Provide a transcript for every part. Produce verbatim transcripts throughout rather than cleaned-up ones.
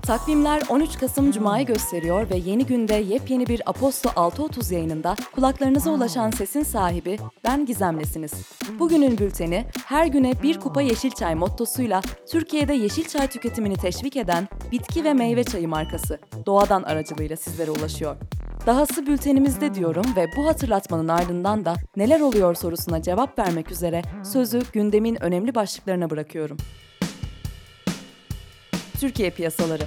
Takvimler on üç Kasım Cuma'yı gösteriyor ve yeni günde yepyeni bir Aposto altı otuz yayınında kulaklarınıza ulaşan sesin sahibi ben Gizem'lesiniz. Bugünün bülteni her güne bir kupa yeşil çay mottosuyla Türkiye'de yeşil çay tüketimini teşvik eden bitki ve meyve çayı markası Doğadan aracılığıyla sizlere ulaşıyor. Dahası bültenimizde diyorum ve bu hatırlatmanın ardından da neler oluyor sorusuna cevap vermek üzere sözü gündemin önemli başlıklarına bırakıyorum. Türkiye piyasaları.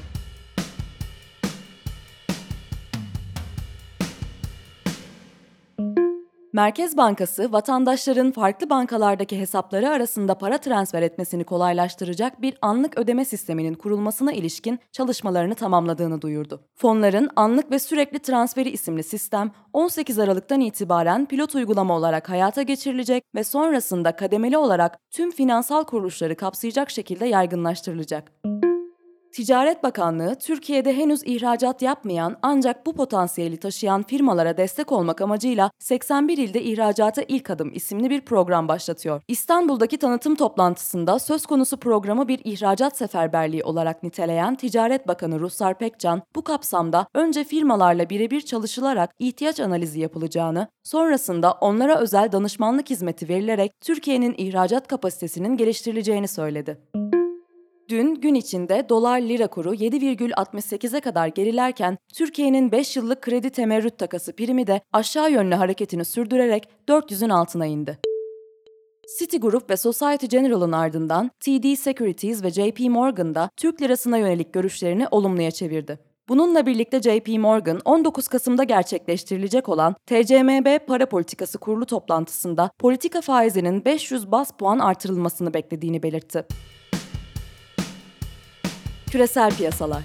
Merkez Bankası, vatandaşların farklı bankalardaki hesapları arasında para transfer etmesini kolaylaştıracak bir anlık ödeme sisteminin kurulmasına ilişkin çalışmalarını tamamladığını duyurdu. Fonların anlık ve sürekli transferi isimli sistem, on sekiz Aralık'tan itibaren pilot uygulama olarak hayata geçirilecek ve sonrasında kademeli olarak tüm finansal kuruluşları kapsayacak şekilde yaygınlaştırılacak. Ticaret Bakanlığı, Türkiye'de henüz ihracat yapmayan ancak bu potansiyeli taşıyan firmalara destek olmak amacıyla seksen bir ilde ihracata ilk adım isimli bir program başlatıyor. İstanbul'daki tanıtım toplantısında söz konusu programı bir ihracat seferberliği olarak niteleyen Ticaret Bakanı Ruhsar Pekcan, bu kapsamda önce firmalarla birebir çalışılarak ihtiyaç analizi yapılacağını, sonrasında onlara özel danışmanlık hizmeti verilerek Türkiye'nin ihracat kapasitesinin geliştirileceğini söyledi. Dün gün içinde dolar-lira kuru yedi virgül altmış sekize kadar gerilerken Türkiye'nin beş yıllık kredi temerrüt takası primi de aşağı yönlü hareketini sürdürerek dört yüzün altına indi. Citigroup ve Societe Generale'ın ardından T D Securities ve J P Morgan da Türk lirasına yönelik görüşlerini olumluya çevirdi. Bununla birlikte J P Morgan on dokuz Kasım'da gerçekleştirilecek olan T C M B Para Politikası Kurulu toplantısında politika faizinin beş yüz baz puan artırılmasını beklediğini belirtti. Küresel piyasalar.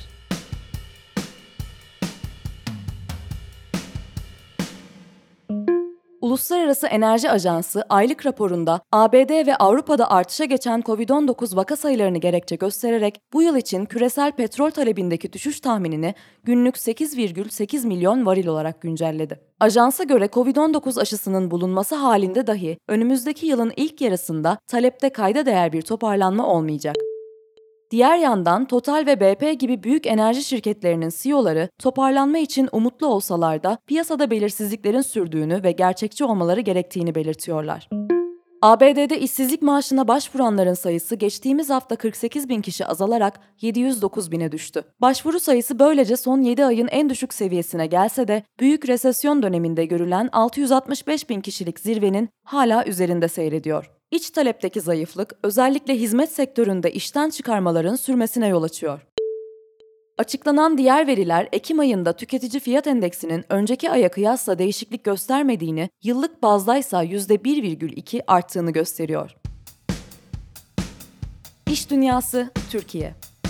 Uluslararası Enerji Ajansı aylık raporunda A B D ve Avrupa'da artışa geçen kovid on dokuz vaka sayılarını gerekçe göstererek bu yıl için küresel petrol talebindeki düşüş tahminini günlük sekiz virgül sekiz milyon varil olarak güncelledi. Ajansa göre kovid on dokuz aşısının bulunması halinde dahi önümüzdeki yılın ilk yarısında talepte kayda değer bir toparlanma olmayacak. Diğer yandan Total ve B P gibi büyük enerji şirketlerinin C E O'ları toparlanma için umutlu olsalar da piyasada belirsizliklerin sürdüğünü ve gerçekçi olmaları gerektiğini belirtiyorlar. A B D'de işsizlik maaşına başvuranların sayısı geçtiğimiz hafta kırk sekiz bin kişi azalarak yedi yüz dokuz bine düştü. Başvuru sayısı böylece son yedi ayın en düşük seviyesine gelse de büyük resesyon döneminde görülen altı yüz altmış beş bin kişilik zirvenin hala üzerinde seyrediyor. İç talepteki zayıflık özellikle hizmet sektöründe işten çıkarmaların sürmesine yol açıyor. Açıklanan diğer veriler Ekim ayında tüketici fiyat endeksinin önceki aya kıyasla değişiklik göstermediğini, yıllık bazdaysa yüzde bir virgül iki arttığını gösteriyor. İş dünyası, Türkiye.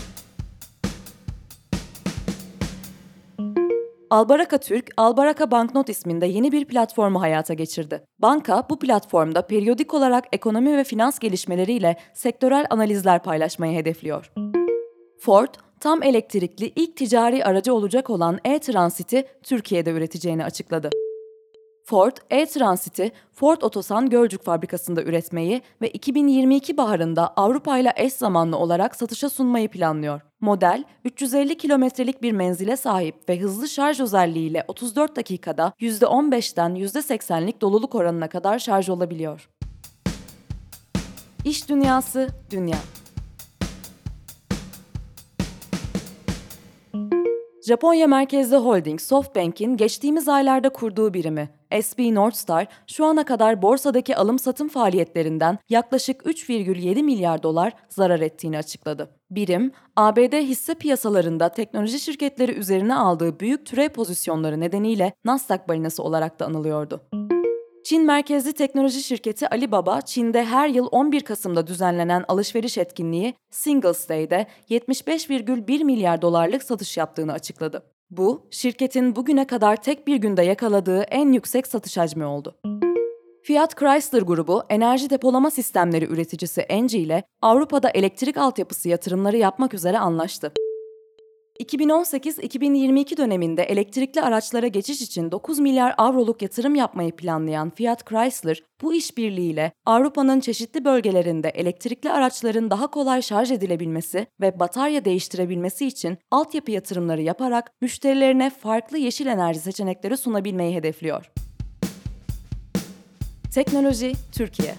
Albaraka Türk, Albaraka Banknot isminde yeni bir platformu hayata geçirdi. Banka, bu platformda periyodik olarak ekonomi ve finans gelişmeleriyle sektörel analizler paylaşmayı hedefliyor. Ford, tam elektrikli ilk ticari aracı olacak olan e-Transit'i Türkiye'de üreteceğini açıkladı. Ford, e-Transit'i Ford Otosan Gölcük fabrikasında üretmeyi ve iki bin yirmi iki baharında Avrupa ile eş zamanlı olarak satışa sunmayı planlıyor. Model, üç yüz elli kilometrelik bir menzile sahip ve hızlı şarj özelliğiyle otuz dört dakikada yüzde on beşten yüzde seksenlik doluluk oranına kadar şarj olabiliyor. İş dünyası, dünya. Japonya merkezli holding SoftBank'in geçtiğimiz aylarda kurduğu birimi S B Northstar, şu ana kadar borsadaki alım-satım faaliyetlerinden yaklaşık üç virgül yedi milyar dolar zarar ettiğini açıkladı. Birim, A B D hisse piyasalarında teknoloji şirketleri üzerine aldığı büyük türev pozisyonları nedeniyle Nasdaq balinası olarak da anılıyordu. Çin merkezli teknoloji şirketi Alibaba, Çin'de her yıl on bir Kasım'da düzenlenen alışveriş etkinliği Singles Day'de yetmiş beş virgül bir milyar dolarlık satış yaptığını açıkladı. Bu, şirketin bugüne kadar tek bir günde yakaladığı en yüksek satış hacmi oldu. Fiat Chrysler grubu, enerji depolama sistemleri üreticisi Engie ile Avrupa'da elektrik altyapısı yatırımları yapmak üzere anlaştı. iki bin on sekiz iki bin yirmi iki döneminde elektrikli araçlara geçiş için dokuz milyar avroluk yatırım yapmayı planlayan Fiat Chrysler, bu işbirliğiyle Avrupa'nın çeşitli bölgelerinde elektrikli araçların daha kolay şarj edilebilmesi ve batarya değiştirebilmesi için altyapı yatırımları yaparak müşterilerine farklı yeşil enerji seçenekleri sunabilmeyi hedefliyor. Teknoloji Türkiye.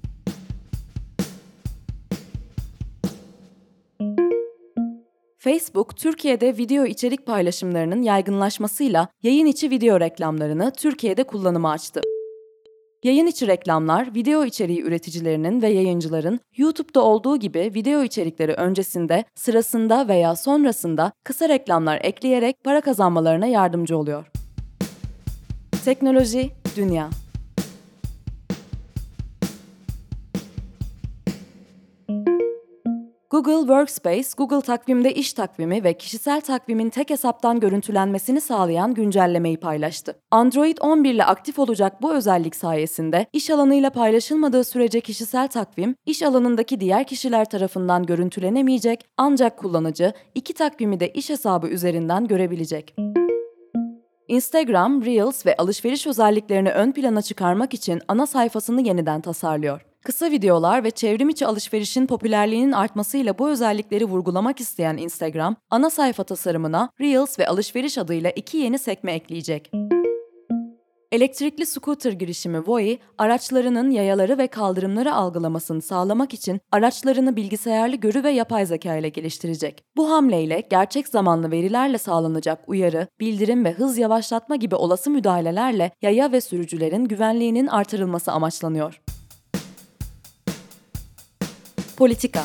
Facebook, Türkiye'de video içerik paylaşımlarının yaygınlaşmasıyla yayın içi video reklamlarını Türkiye'de kullanıma açtı. Yayın içi reklamlar, video içeriği üreticilerinin ve yayıncıların YouTube'da olduğu gibi video içerikleri öncesinde, sırasında veya sonrasında kısa reklamlar ekleyerek para kazanmalarına yardımcı oluyor. Teknoloji, dünya. Google Workspace, Google Takvim'de iş takvimi ve kişisel takvimin tek hesaptan görüntülenmesini sağlayan güncellemeyi paylaştı. Android on bir ile aktif olacak bu özellik sayesinde iş alanıyla paylaşılmadığı sürece kişisel takvim, iş alanındaki diğer kişiler tarafından görüntülenemeyecek, ancak kullanıcı iki takvimi de iş hesabı üzerinden görebilecek. Instagram, Reels ve alışveriş özelliklerini ön plana çıkarmak için ana sayfasını yeniden tasarlıyor. Kısa videolar ve çevrim içi alışverişin popülerliğinin artmasıyla bu özellikleri vurgulamak isteyen Instagram, ana sayfa tasarımına Reels ve alışveriş adıyla iki yeni sekme ekleyecek. Elektrikli scooter girişimi Voi, araçlarının yayaları ve kaldırımları algılamasını sağlamak için araçlarını bilgisayarlı görü ve yapay zeka ile geliştirecek. Bu hamleyle gerçek zamanlı verilerle sağlanacak uyarı, bildirim ve hız yavaşlatma gibi olası müdahalelerle yaya ve sürücülerin güvenliğinin artırılması amaçlanıyor. Politika.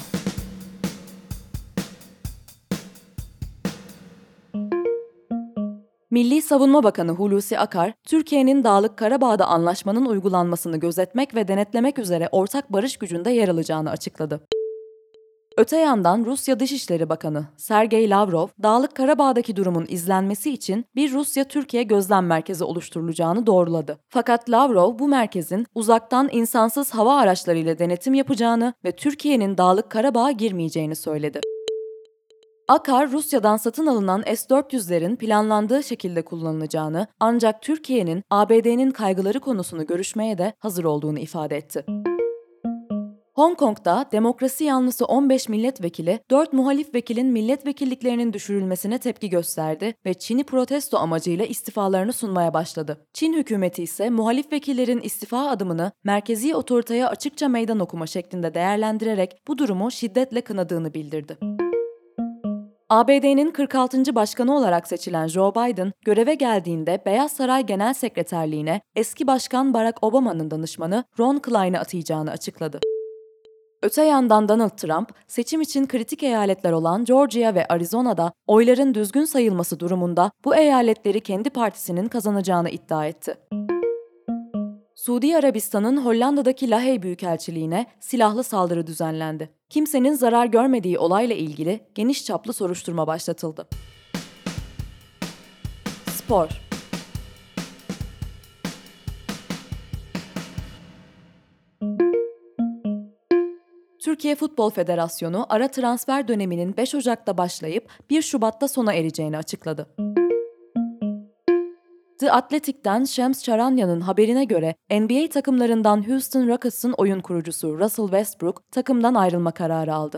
Milli Savunma Bakanı Hulusi Akar, Türkiye'nin Dağlık Karabağ'da anlaşmanın uygulanmasını gözetmek ve denetlemek üzere ortak barış gücünde yer alacağını açıkladı. Öte yandan Rusya Dışişleri Bakanı Sergey Lavrov, Dağlık Karabağ'daki durumun izlenmesi için bir Rusya-Türkiye gözlem merkezi oluşturulacağını doğruladı. Fakat Lavrov bu merkezin uzaktan insansız hava araçlarıyla denetim yapacağını ve Türkiye'nin Dağlık Karabağ'a girmeyeceğini söyledi. Akar, Rusya'dan satın alınan S dört yüzlerin planlandığı şekilde kullanılacağını, ancak Türkiye'nin A B D'nin kaygıları konusunu görüşmeye de hazır olduğunu ifade etti. Hong Kong'da demokrasi yanlısı on beş milletvekili, dört muhalif vekilin milletvekilliklerinin düşürülmesine tepki gösterdi ve Çin'i protesto amacıyla istifalarını sunmaya başladı. Çin hükümeti ise muhalif vekillerin istifa adımını merkezi otoriteye açıkça meydan okuma şeklinde değerlendirerek bu durumu şiddetle kınadığını bildirdi. A B D'nin kırk altıncı başkanı olarak seçilen Joe Biden, göreve geldiğinde Beyaz Saray Genel Sekreterliğine eski Başkan Barack Obama'nın danışmanı Ron Klein'i atayacağını açıkladı. Öte yandan Donald Trump, seçim için kritik eyaletler olan Georgia ve Arizona'da oyların düzgün sayılması durumunda bu eyaletleri kendi partisinin kazanacağını iddia etti. Suudi Arabistan'ın Hollanda'daki Lahey Büyükelçiliğine silahlı saldırı düzenlendi. Kimsenin zarar görmediği olayla ilgili geniş çaplı soruşturma başlatıldı. Spor. Türkiye Futbol Federasyonu ara transfer döneminin beş Ocak'ta başlayıp bir Şubat'ta sona ereceğini açıkladı. The Athletic'ten Shams Charanian'ın haberine göre N B A takımlarından Houston Rockets'ın oyun kurucusu Russell Westbrook takımdan ayrılma kararı aldı.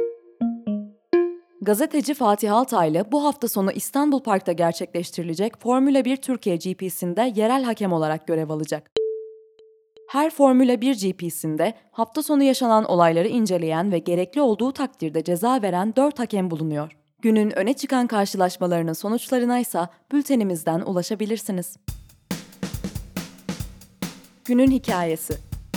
Gazeteci Fatih Altaylı bu hafta sonu İstanbul Park'ta gerçekleştirilecek Formula bir Türkiye G P'sinde yerel hakem olarak görev alacak. Her Formula bir G P'sinde hafta sonu yaşanan olayları inceleyen ve gerekli olduğu takdirde ceza veren dört hakem bulunuyor. Günün öne çıkan karşılaşmalarının sonuçlarına ise bültenimizden ulaşabilirsiniz. Günün hikayesi.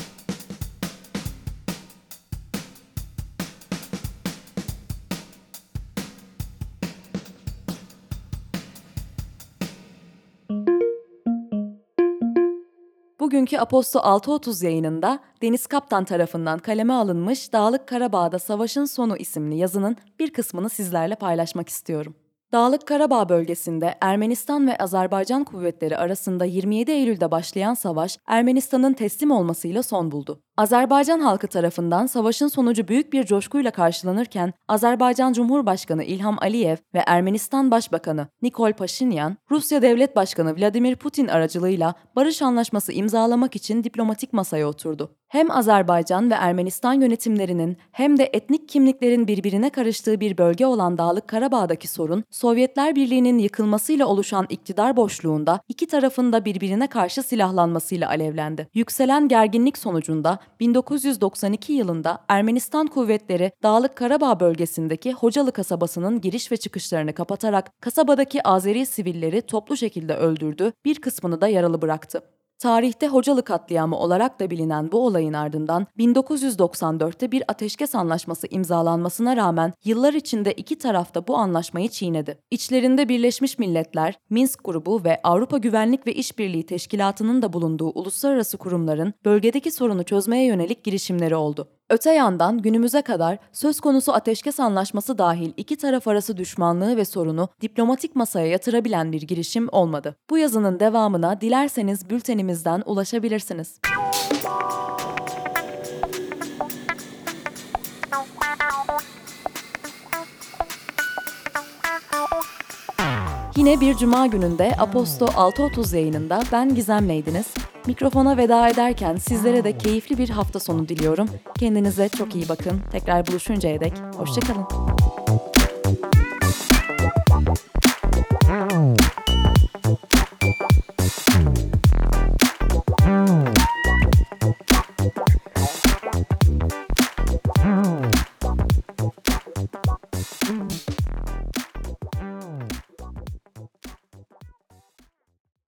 Bugünkü Aposto altı otuz yayınında Deniz Kaptan tarafından kaleme alınmış Dağlık Karabağ'da Savaşın Sonu isimli yazının bir kısmını sizlerle paylaşmak istiyorum. Dağlık Karabağ bölgesinde Ermenistan ve Azerbaycan kuvvetleri arasında yirmi yedi Eylül'de başlayan savaş, Ermenistan'ın teslim olmasıyla son buldu. Azerbaycan halkı tarafından savaşın sonucu büyük bir coşkuyla karşılanırken Azerbaycan Cumhurbaşkanı İlham Aliyev ve Ermenistan Başbakanı Nikol Paşinyan, Rusya Devlet Başkanı Vladimir Putin aracılığıyla barış anlaşması imzalamak için diplomatik masaya oturdu. Hem Azerbaycan ve Ermenistan yönetimlerinin hem de etnik kimliklerin birbirine karıştığı bir bölge olan Dağlık Karabağ'daki sorun, Sovyetler Birliği'nin yıkılmasıyla oluşan iktidar boşluğunda iki tarafın da birbirine karşı silahlanmasıyla alevlendi. Yükselen gerginlik sonucunda bin dokuz yüz doksan iki yılında Ermenistan kuvvetleri Dağlık Karabağ bölgesindeki Hocalı kasabasının giriş ve çıkışlarını kapatarak kasabadaki Azeri sivilleri toplu şekilde öldürdü, bir kısmını da yaralı bıraktı. Tarihte Hocalı katliamı olarak da bilinen bu olayın ardından bin dokuz yüz doksan dörtte bir ateşkes anlaşması imzalanmasına rağmen yıllar içinde iki taraf da bu anlaşmayı çiğnedi. İçlerinde Birleşmiş Milletler, Minsk grubu ve Avrupa Güvenlik ve İşbirliği Teşkilatı'nın da bulunduğu uluslararası kurumların bölgedeki sorunu çözmeye yönelik girişimleri oldu. Öte yandan günümüze kadar söz konusu ateşkes anlaşması dahil iki taraf arası düşmanlığı ve sorunu diplomatik masaya yatırabilen bir girişim olmadı. Bu yazının devamına dilerseniz bültenimizden ulaşabilirsiniz. Yine bir cuma gününde Aposto altı otuz yayınında ben Gizem'leydiniz. Mikrofona veda ederken sizlere de keyifli bir hafta sonu diliyorum. Kendinize çok iyi bakın. Tekrar buluşuncaya dek hoşça kalın.